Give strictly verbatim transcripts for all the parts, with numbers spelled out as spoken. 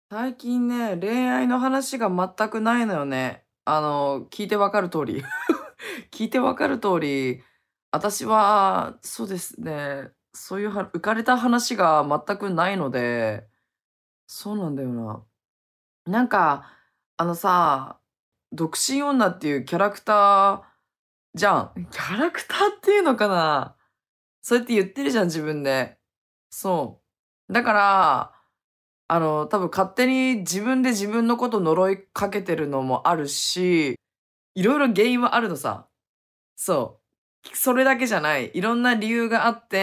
最近ね、恋愛の話が全くないのよね。あの、聞いてわかる通り。聞いてわかる通り、私は、そうですね、そういうは浮かれた話が全くないので、そうなんだよな。なんか、あのさ、独身女っていうキャラクターじゃん。キャラクターっていうのかな？そうやって言ってるじゃん、自分で。そう。だから、あの、多分勝手に自分で自分のこと呪いかけてるのもあるし、いろいろ原因はあるのさ。そう。それだけじゃない。いろんな理由があって、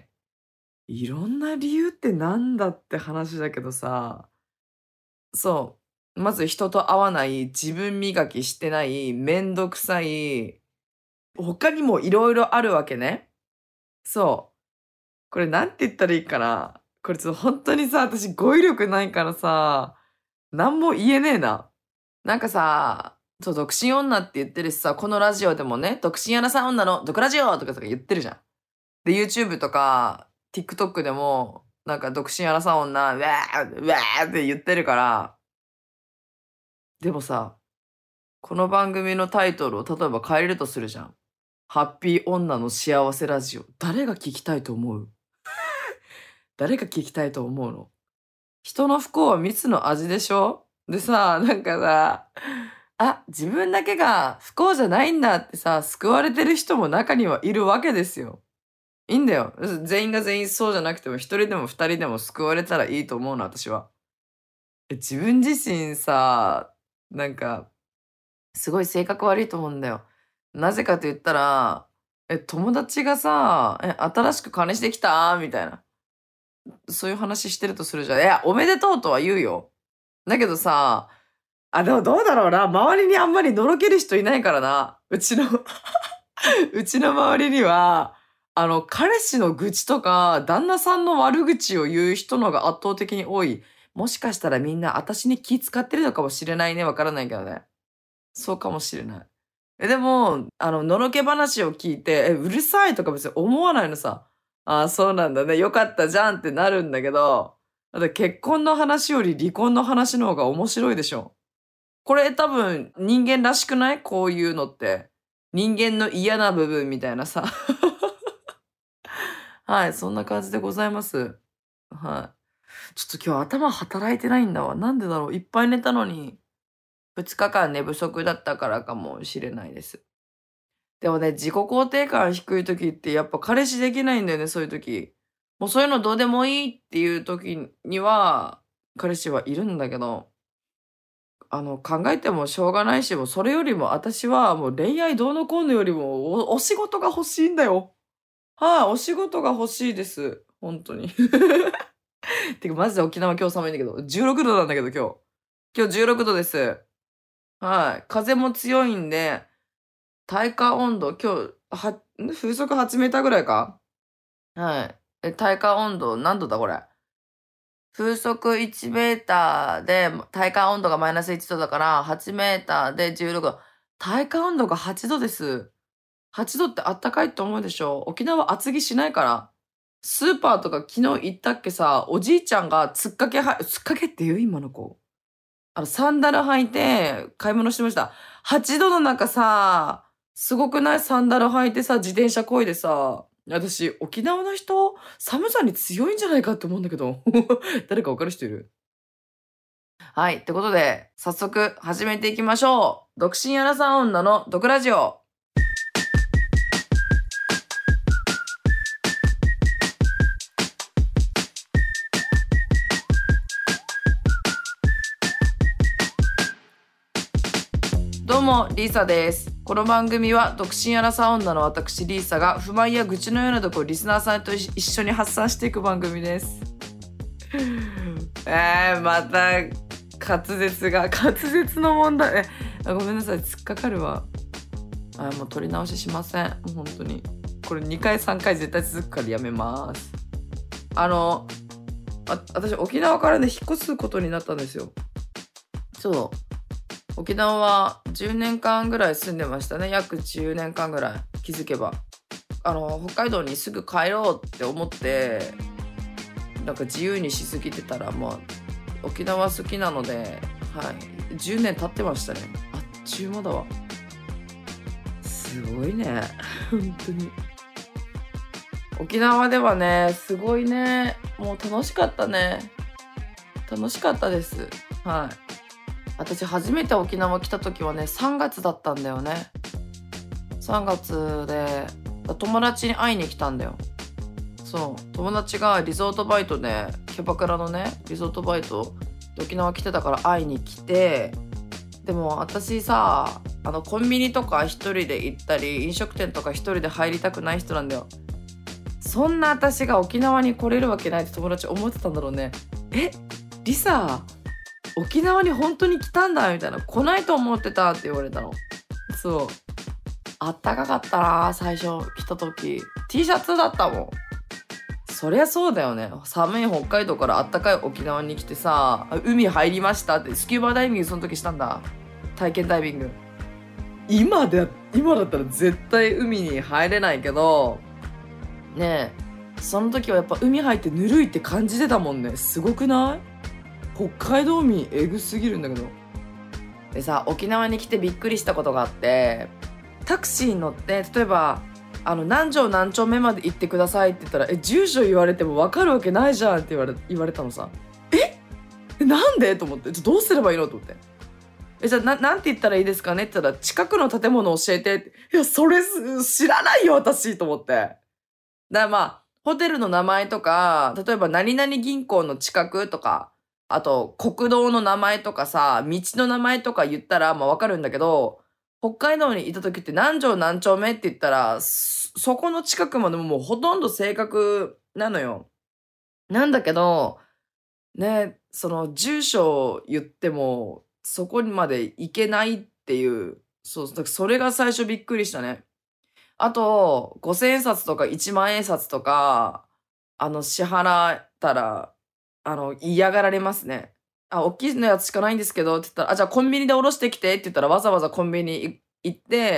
いろんな理由ってなんだって話だけどさ、そう。まず人と会わない、自分磨きしてない、めんどくさい、他にもいろいろあるわけね。そう。これなんて言ったらいいかな。これちょっと本当にさ、私語彙力ないからさ、なんも言えねえな。なんかさ、そう、独身女って言ってるしさ、このラジオでもね、独身アナサー女の毒ラジオとかとか言ってるじゃん。で、YouTube とか TikTok でも、なんか独身アナサー女、うわー、うわーって言ってるから、でもさ、この番組のタイトルを例えば変えるとするじゃん。ハッピー女の幸せラジオ。誰が聞きたいと思う？誰が聞きたいと思うの？人の不幸は蜜の味でしょ？でさ、なんかさ、あ、自分だけが不幸じゃないんだってさ、救われてる人も中にはいるわけですよ。いいんだよ。全員が全員そうじゃなくても、一人でも二人でも救われたらいいと思うの、私は。え自分自身さ、なんか、すごい性格悪いと思うんだよ。なぜかと言ったら、え、友達がさ、え、新しく彼氏できたみたいな。そういう話してるとするじゃん。いや、おめでとうとは言うよ。だけどさ、あ、でもどうだろうな。周りにあんまりのろける人いないからな。うちのうちの周りには、あの、彼氏の愚痴とか、旦那さんの悪口を言う人のが圧倒的に多い。もしかしたらみんな私に気使ってるのかもしれないね。わからないけどね。そうかもしれない。え、でも、あの、のろけ話を聞いて、え、うるさいとか別に思わないのさ。ああ、そうなんだね。よかったじゃんってなるんだけど、だって結婚の話より離婚の話の方が面白いでしょ。これ多分人間らしくない？こういうのって。人間の嫌な部分みたいなさ。はい、そんな感じでございます。はい。ちょっと今日頭働いてないんだわ。なんでだろう。いっぱい寝たのに、ふつかかん寝不足だったからかもしれないです。でもね、自己肯定感低い時ってやっぱ彼氏できないんだよね、そういう時。もうそういうのどうでもいいっていう時には、彼氏はいるんだけど、あの、考えてもしょうがないし、もうそれよりも私はもう恋愛どうのこうのよりも、おお仕事が欲しいんだよ。はい、お仕事が欲しいです。ほんとに。てかマジで沖縄今日寒いんだけど、じゅうろくどなんだけど今日。今日じゅうろくどです。はい。風も強いんで、体感温度、今日、はん、風速はちメーターぐらいか？はい。え、体感温度何度だこれ。風速いちメーターで、体感温度がマイナスいちどだから、はちメーターでじゅうろくど。体感温度がはちどです。はちどってあったかいって思うでしょ？沖縄厚着しないから。スーパーとか昨日行ったっけさ、おじいちゃんがつっかけはつっかけって言う？今の子。あの、サンダル履いて買い物してました。はちどの中さ、すごくない？サンダル履いてさ、自転車漕いでさ、私、沖縄の人、寒さに強いんじゃないかって思うんだけど。誰かわかる人いる？はい。ってことで、早速始めていきましょう。独身アラサー女の毒ラジオ。どうも、リーサです。この番組は独身アラサー女の私リーサが不満や愚痴のようなとこをリスナーさんと一緒に発散していく番組です。えー、また滑舌が滑舌の問題。えあごめんなさい、突っかかるわ。あもう取り直ししません。もう本当にこれにかいさんかい絶対続くからやめます。あのあ私沖縄からね引っ越すことになったんですよ。そう沖縄はじゅうねんかんぐらい住んでましたね。約じゅうねんかんぐらい気づけば。あの北海道にすぐ帰ろうって思ってなんか自由にしすぎてたらまあ沖縄好きなので、はい。じゅうねん経ってましたね。あっちゅう間だわ。すごいね。本当に。沖縄ではね、すごいね。もう楽しかったね。楽しかったです。はい。私初めて沖縄来た時はね、さんがつだったんだよね。さんがつで、友達に会いに来たんだよ。そう。友達がリゾートバイトで、キャバクラのね、リゾートバイトで沖縄来てたから会いに来て、でも私さ、あのコンビニとか一人で行ったり、飲食店とか一人で入りたくない人なんだよ。そんな私が沖縄に来れるわけないって友達思ってたんだろうね。え、リサ、沖縄に本当に来たんだみたいな。来ないと思ってたって言われたの。そう。あったかかったな、最初来た時。T シャツだったもん。そりゃそうだよね。寒い北海道からあったかい沖縄に来てさ、海入りましたって、スキューバダイビングその時したんだ。体験ダイビング。今で、今だったら絶対海に入れないけど、ねえ、その時はやっぱ海入ってぬるいって感じてたもんね。すごくない？北海道民エグすぎるんだけど。でさ、沖縄に来てびっくりしたことがあって、タクシーに乗って、例えば、あの、何条何丁目まで行ってくださいって言ったら、え、住所言われても分かるわけないじゃんって言われ、言われたのさ。えなんでと思って。ちょどうすればいいのと思って。え、じゃあ、な、なんて言ったらいいですかねって言ったら、近くの建物教えてって。いや、それす、知らないよ、私と思って。だからまあ、ホテルの名前とか、例えば何々銀行の近くとか、あと、国道の名前とかさ、道の名前とか言ったら、まあわかるんだけど、北海道にいた時って何条何丁目って言ったら、そ、そこの近くまでももうほとんど正確なのよ。なんだけど、ね、その住所を言っても、そこにまで行けないっていう、そう、だからそれが最初びっくりしたね。あと、ごせんえん札とかいちまん円札とか、あの、支払ったら、あの、嫌がられますね。あ、大きいのやつしかないんですけどって言ったら、あ、じゃあコンビニでおろしてきてって言ったら、わざわざコンビニい行って、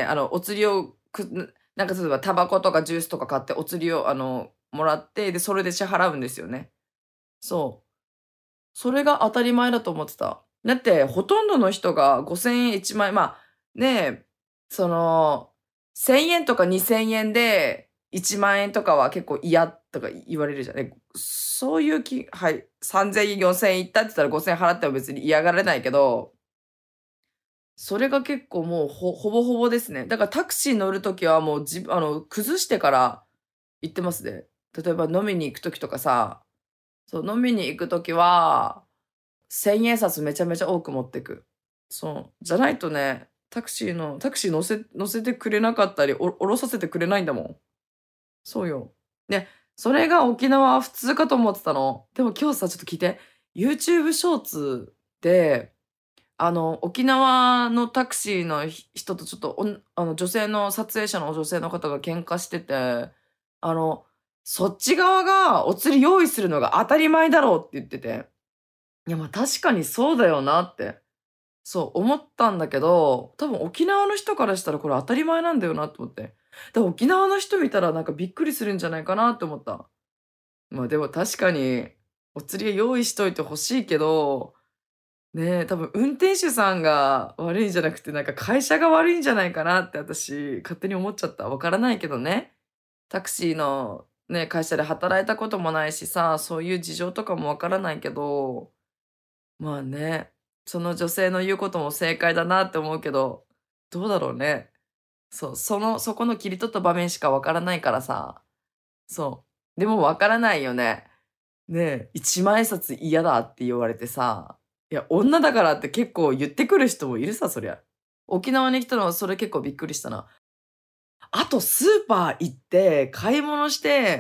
あの、お釣りをく、なんか例えばタバコとかジュースとか買ってお釣りを、あの、もらって、で、それで支払うんですよね。そう。それが当たり前だと思ってた。だって、ほとんどの人がごせんえん、いちまん円、まあ、ねえ、その、せんえんとかにせんえんでいちまん円とかは結構嫌とか言われるじゃんね。そういうき、はい、さんぜんえん、よんせんえんいったって言ったらごせんえん払っても別に嫌がられないけど、それが結構もうほ、ほぼほぼですね。だからタクシー乗るときはもう自分、あの、崩してから行ってますね。例えば飲みに行くときとかさ、そう、飲みに行くときは、千円札めちゃめちゃ多く持ってく。そう。じゃないとね、タクシーの、タクシー乗せ、乗せてくれなかったり、お、降ろさせてくれないんだもん。そうよ。で、それが沖縄は普通かと思ってたの。でも今日さ、ちょっと聞いて。YouTube ショーツで、あの、沖縄のタクシーのひ人とちょっとおん、あの、女性の撮影者の女性の方が喧嘩してて、あの、そっち側がお釣り用意するのが当たり前だろうって言ってて。いや、ま、確かにそうだよなって、そう思ったんだけど、多分沖縄の人からしたらこれ当たり前なんだよなと思って。で、沖縄の人見たらなんかびっくりするんじゃないかなって思った。ま、でも確かに、お釣りは用意しといて欲しいけど、ねえ、多分運転手さんが悪いんじゃなくて、なんか会社が悪いんじゃないかなって私、勝手に思っちゃった。わからないけどね。タクシーのね、会社で働いたこともないしさ、そういう事情とかもわからないけど、まあね、その女性の言うことも正解だなって思うけど、どうだろうね。そう、その、そこの切り取った場面しかわからないからさ。そう。でもわからないよね。ねえ、一万円札嫌だって言われてさ。いや、女だからって結構言ってくる人もいるさ、そりゃ。沖縄に来たのはそれ結構びっくりしたな。あとスーパー行って買い物して、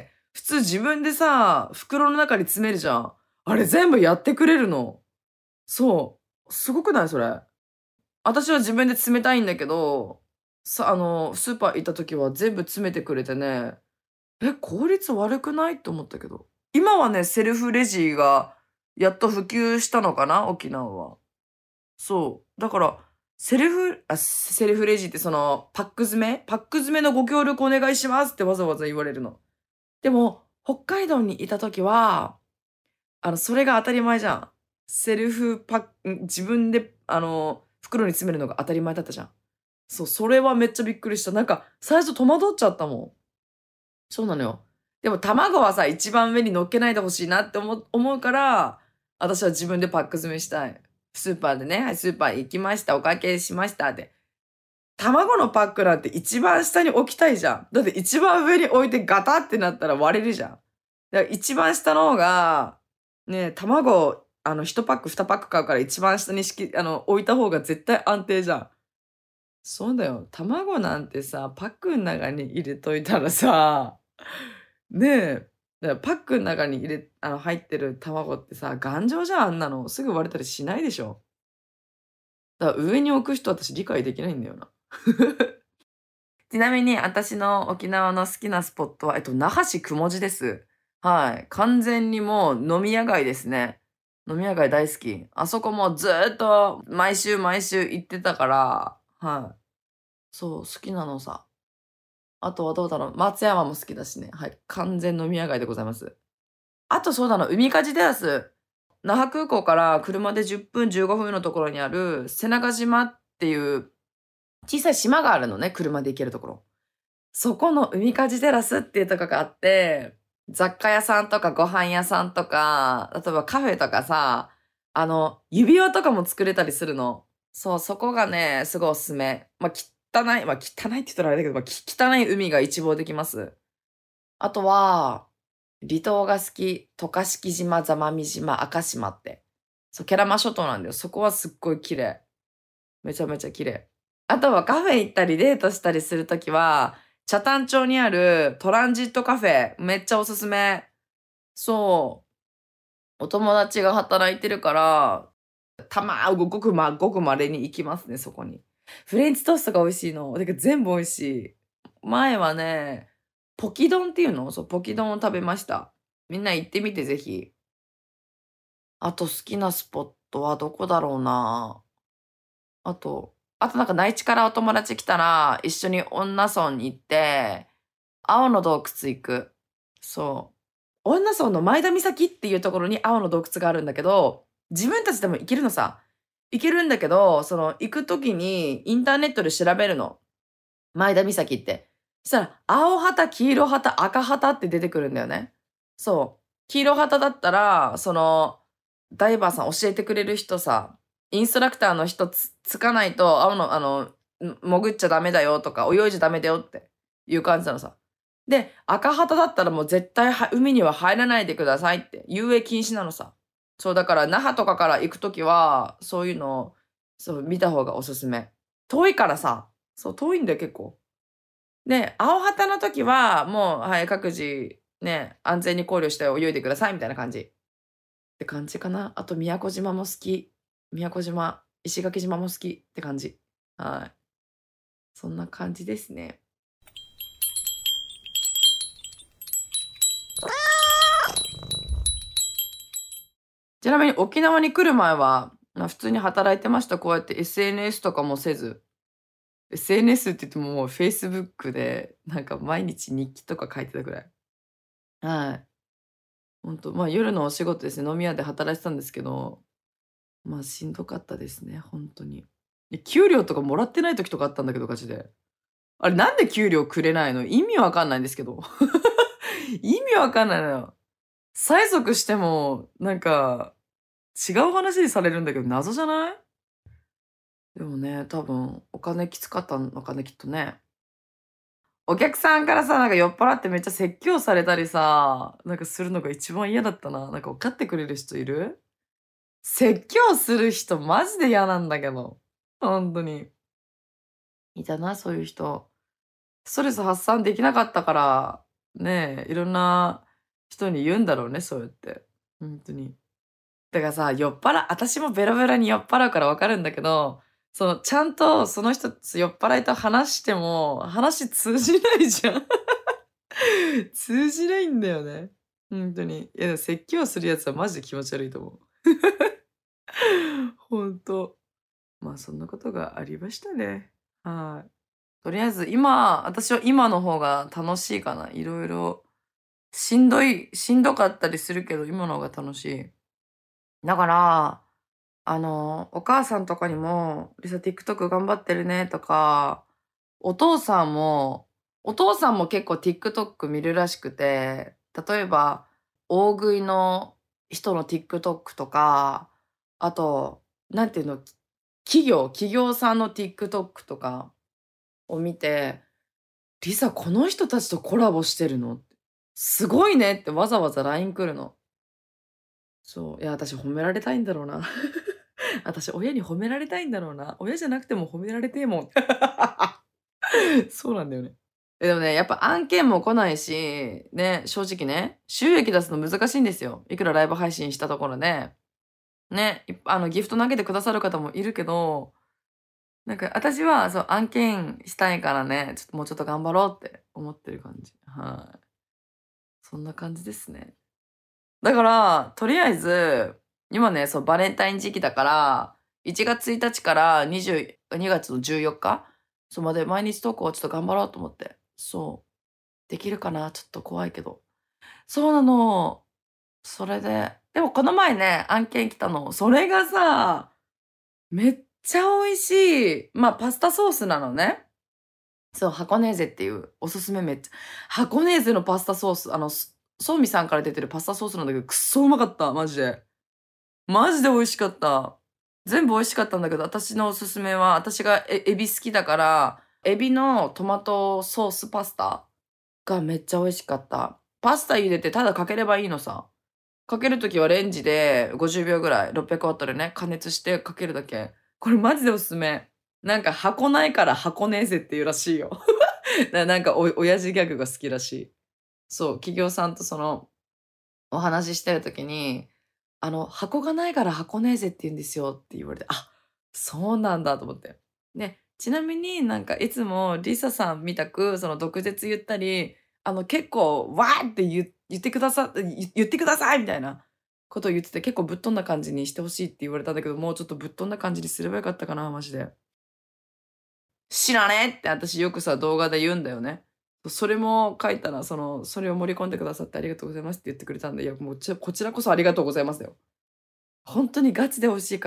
普通自分でさ、袋の中に詰めるじゃん。あれ全部やってくれるの。そう。すごくないそれ。私は自分で詰めたいんだけど、さ、あの、スーパー行った時は全部詰めてくれてね、え、効率悪くないと思ったけど。今はね、セルフレジがやっと普及したのかな沖縄は。そう。だから、セルフ、あ、セルフレジってその、パック詰めパック詰めのご協力お願いしますってわざわざ言われるの。でも、北海道にいた時は、あの、それが当たり前じゃん。 セルフパックん、自分で、あの、袋に詰めるのが当たり前だったじゃん。そう、それはめっちゃびっくりした。なんか、最初戸惑っちゃったもん。そうなのよ。でも卵はさ、一番上に乗っけないで欲しいなって思う思うから、私は自分でパック詰めしたい。スーパーでね、はい、スーパー行きました、お会計しましたって。卵のパックなんて一番下に置きたいじゃん。だって一番上に置いてガタってなったら割れるじゃん。だから一番下の方が、ね、卵、あの、いちパック、にパック買うから一番下にしきあの、置いた方が絶対安定じゃん。そうだよ。卵なんてさ、パックん中に入れといたらさ、ねえ、だからパックん中に入れあの、入ってる卵ってさ、頑丈じゃん、あんなの。すぐ割れたりしないでしょ。だから上に置く人、私理解できないんだよな。ちなみに、私の沖縄の好きなスポットは、えっと、那覇市雲寺です。はい。完全にもう飲み屋街ですね。飲み屋街大好き。あそこもずーっと毎週毎週行ってたから、はい。そう、好きなのさ。あとはどうだろう。松山も好きだしね。はい。完全飲み屋街でございます。あとそうだな、海かじテラス。那覇空港から車でじゅっぷん、じゅうごふんのところにある瀬長島っていう小さい島があるのね、車で行けるところ。そこの海かじテラスっていうとこがあって、雑貨屋さんとかご飯屋さんとか、例えばカフェとかさ、あの、指輪とかも作れたりするの。そう、そこがね、すごいおすすめ。まあ、汚い、まあ、汚いって言ったらあれだけど、まあ、き汚い海が一望できます。あとは、離島が好き。渡嘉敷島、座間味島、赤島って。そう、ケラマ諸島なんだよ。そこはすっごい綺麗。めちゃめちゃ綺麗。あとはカフェ行ったりデートしたりするときは、北谷町にあるトランジットカフェ、めっちゃおすすめ。そう。お友達が働いてるから、たまーごくま、ごく稀に行きますね、そこに。フレンチトーストが美味しいの。てか全部美味しい。前はね、ポキ丼っていうのそう、ポキ丼を食べました。みんな行ってみてぜひ。あと好きなスポットはどこだろうな。あと、あとなんか内地からお友達来たら、一緒に恩納村に行って、青の洞窟行く。そう。恩納村の前田岬っていうところに青の洞窟があるんだけど、自分たちでも行けるのさ。行けるんだけど、その行くときにインターネットで調べるの。前田岬って。そしたら、青旗、黄色旗、赤旗って出てくるんだよね。そう。黄色旗だったら、その、ダイバーさん教えてくれる人さ、インストラクターの人つ、つかないと、青の、あの、ん潜っちゃダメだよとか、泳いじゃダメだよっていう感じなのさ。で、赤旗だったらもう絶対は海には入らないでくださいって、遊泳禁止なのさ。そう、だから那覇とかから行くときは、そういうのを、そう、見た方がおすすめ。遠いからさ、そう、遠いんだよ結構。で、青旗の時は、もう、はい、各自、ね、安全に考慮して泳いでくださいみたいな感じ。って感じかな。あと、宮古島も好き。宮古島、石垣島も好きって感じ。はい。そんな感じですね。ちなみに沖縄に来る前は、まあ普通に働いてました。こうやって エスエヌエス とかもせず。エスエヌエス って言ってももう Facebook で、なんか毎日日記とか書いてたぐらい。はい。ほんと、まあ夜のお仕事ですね。飲み屋で働いてたんですけど、まあしんどかったですね、ほんとに。で、給料とかもらってない時とかあったんだけど、ガチで。あれなんで給料くれないの？意味わかんないんですけど。意味わかんないのよ。催促しても、なんか、違う話にされるんだけど、謎じゃない？でもね、多分お金きつかったのかね、きっとね。お客さんからさ、なんか酔っ払ってめっちゃ説教されたりさ、なんかするのが一番嫌だったな。なんか分かってくれる人いる？説教する人マジで嫌なんだけど。ほんとに。いたな、そういう人。ストレス発散できなかったから、ねえ、いろんな人に言うんだろうね、そうやって。ほんとに。だからさ、酔っ払私もベロベロに酔っ払うから分かるんだけど、その、ちゃんとその人と酔っ払いと話しても、話通じないじゃん。通じないんだよね。ほんとに。いや、でも説教するやつはマジで気持ち悪いと思う。ほんと。まあ、そんなことがありましたね。はい。とりあえず今私は今の方が楽しいかな。色々しんどいしんどかったりするけど、今の方が楽しい。 だから、あの、お母さんとかにも、リサ TikTok 頑張ってるねとか、お父さんも、お父さんも結構 TikTok 見るらしくて、例えば、大食いの人の TikTok とか、あと、なんていうの、企業、企業さんの TikTok とかを見て、リサこの人たちとコラボしてるの？すごいねってわざわざ ライン 来るの。そう。いや、私褒められたいんだろうな。私親に褒められたいんだろうな。親じゃなくても褒められてえもん。そうなんだよね。え、でもね、やっぱ案件も来ないし、ね、正直ね、収益出すの難しいんですよ。いくらライブ配信したところで、ね、いあの、ギフト投げてくださる方もいるけど、なんか私は、そう、案件したいからね、ちょっともうちょっと頑張ろうって思ってる感じ。はい。そんな感じですね。だから、とりあえず、今ね、そう、バレンタイン時期だから、いちがつついたちからにじゅうにがつのじゅうよっか、そうまで毎日投稿をちょっと頑張ろうと思って。そう。できるかな、ちょっと怖いけど。そうなの。それで、でもこの前ね、案件来たの。それがさ、めっちゃ美味しい。まあ、パスタソースなのね。そう、ハコネーゼっていうおすすめめっちゃハコネーゼのパスタソース、あの、すソーミさんから出てるパスタソースなんだけど、くっそうまかった、マジで。マジで美味しかった。全部美味しかったんだけど、私のおすすめは、私がエエビ好きだから、エビのトマトソースパスタがめっちゃ美味しかった。パスタ茹でてただかければいいのさ。かけるときはレンジでごじゅうびょうぐらい、ろっぴゃくワットでね、加熱してかけるだけ。これマジでおすすめ。なんか箱ないから箱ねえぜっていうらしいよ。ななんかお親父ギャグが好きらしい。そう、企業さんとその、お話ししてるときに、あの、箱がないから箱ねえぜって言うんですよって言われて、あ、そうなんだと思って。で、ちなみになんかいつもリサさんみたく、その毒舌言ったり、あの結構わーって言言ってくださ言言ってくださいみたいなことを言ってて、結構ぶっ飛んだ感じにしてほしいって言われたんだけど、もうちょっとぶっ飛んだ感じにすればよかったかな、マジで。知らねえって私よくさ、動画で言うんだよね。それも書いたら、その、それを盛り込んでくださってありがとうございますって言ってくれたんで、いや、もうちこちらこそありがとうございますよ。本当にガチで美味しいから、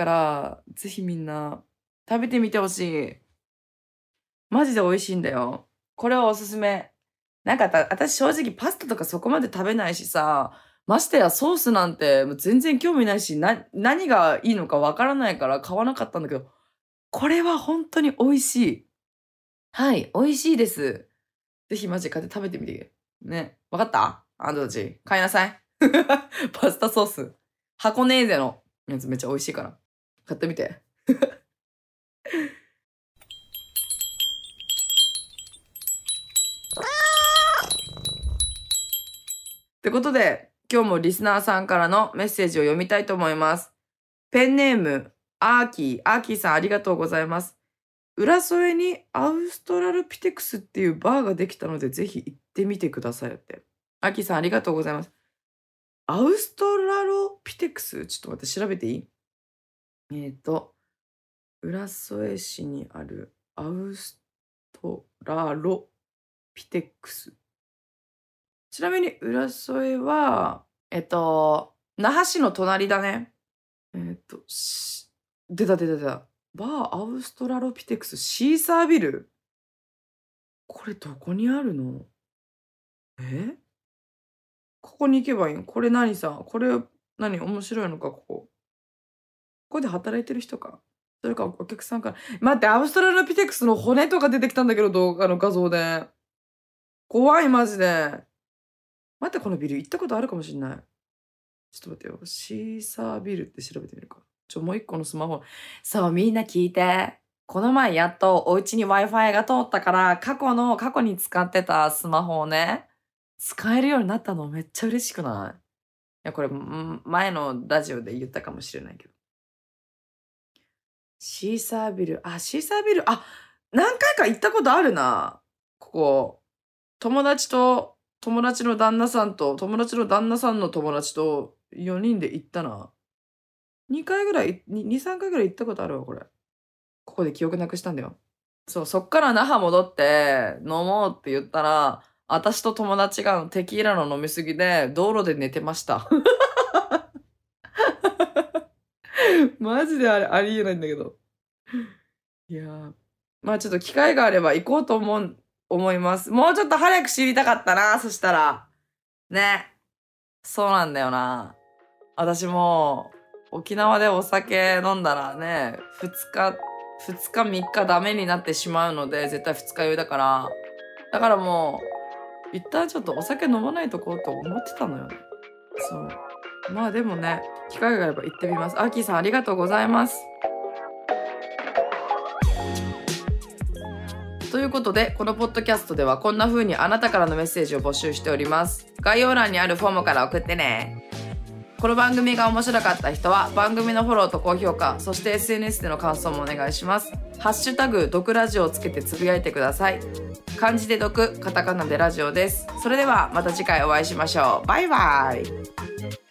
ぜひみんな食べてみてほしい。マジで美味しいんだよ。これはおすすめ。なんかた私正直パスタとかそこまで食べないしさ、ましてやソースなんてもう全然興味ないし、な何がいいのかわからないから買わなかったんだけど、これは本当に美味しい。はい、美味しいです。ぜひマジ買って食べてみて。ね。わかった？あんたたち。買いなさい。パスタソース。箱根ーゼのやつめっちゃ美味しいから。買ってみて。ってことで、今日もリスナーさんからのメッセージを読みたいと思います。ペンネーム、アーキー。アーキーさんありがとうございます。浦添にアウストラルピテクスっていうバーができたので、ぜひ行ってみてくださいって。アーキーさんありがとうございます。アウストラロピテクスちょっと待って、調べていい？えっと、浦添市にあるアウストラロピテクス。ちなみに浦添は、えっと、那覇市の隣だね。えっと、し出た出た出た。バーアウストラロピテクスシーサービル？これどこにあるの？え？ここに行けばいいの？これ何さ、これ何面白いのか、ここ。ここで働いてる人か？それかお客さんか待って、アウストラロピテクスの骨とか出てきたんだけど、動画の画像で。怖い、マジで。待って、このビル行ったことあるかもしんない。ちょっと待ってよ。シーサービルって調べてみるか。ちょ、もう一個のスマホ。そう、みんな聞いて。この前やっとお家に Wi-Fi が通ったから、過去の、過去に使ってたスマホをね、使えるようになったのめっちゃ嬉しくない？いや、これ、ん前のラジオで言ったかもしれないけど。シーサービル、あ、シーサービル、あ、何回か行ったことあるな。ここ。友達と、友達の旦那さんと、友達の旦那さんの友達とよにんで行ったな。にかいぐらい、にに、さんかいぐらい行ったことあるわ、これ。ここで記憶なくしたんだよ。そう、そっから那覇戻って飲もうって言ったら、私と友達がテキーラの飲みすぎで道路で寝てました。 マジであれ、ありえないんだけど。いやー、まあちょっと機会があれば行こうと思う、思います。もうちょっと早く知りたかったな、そしたら。ね。そうなんだよな。私も、沖縄でお酒飲んだらね、ふつか、ふつかみっかダメになってしまうので、絶対ふつか酔いだから。だからもう、一旦ちょっとお酒飲まないとこうと思ってたのよね。そう。まあでもね、機会があれば行ってみます。アーキーさんありがとうございます。ということで、このポッドキャストではこんな風にあなたからのメッセージを募集しております。概要欄にあるフォームから送ってね。この番組が面白かった人は番組のフォローと高評価、そして エスエヌエス での感想もお願いします。ハッシュタグ毒ラジオをつけてつぶやいてください。漢字で毒、カタカナでラジオです。それではまた次回お会いしましょう。バイバイ。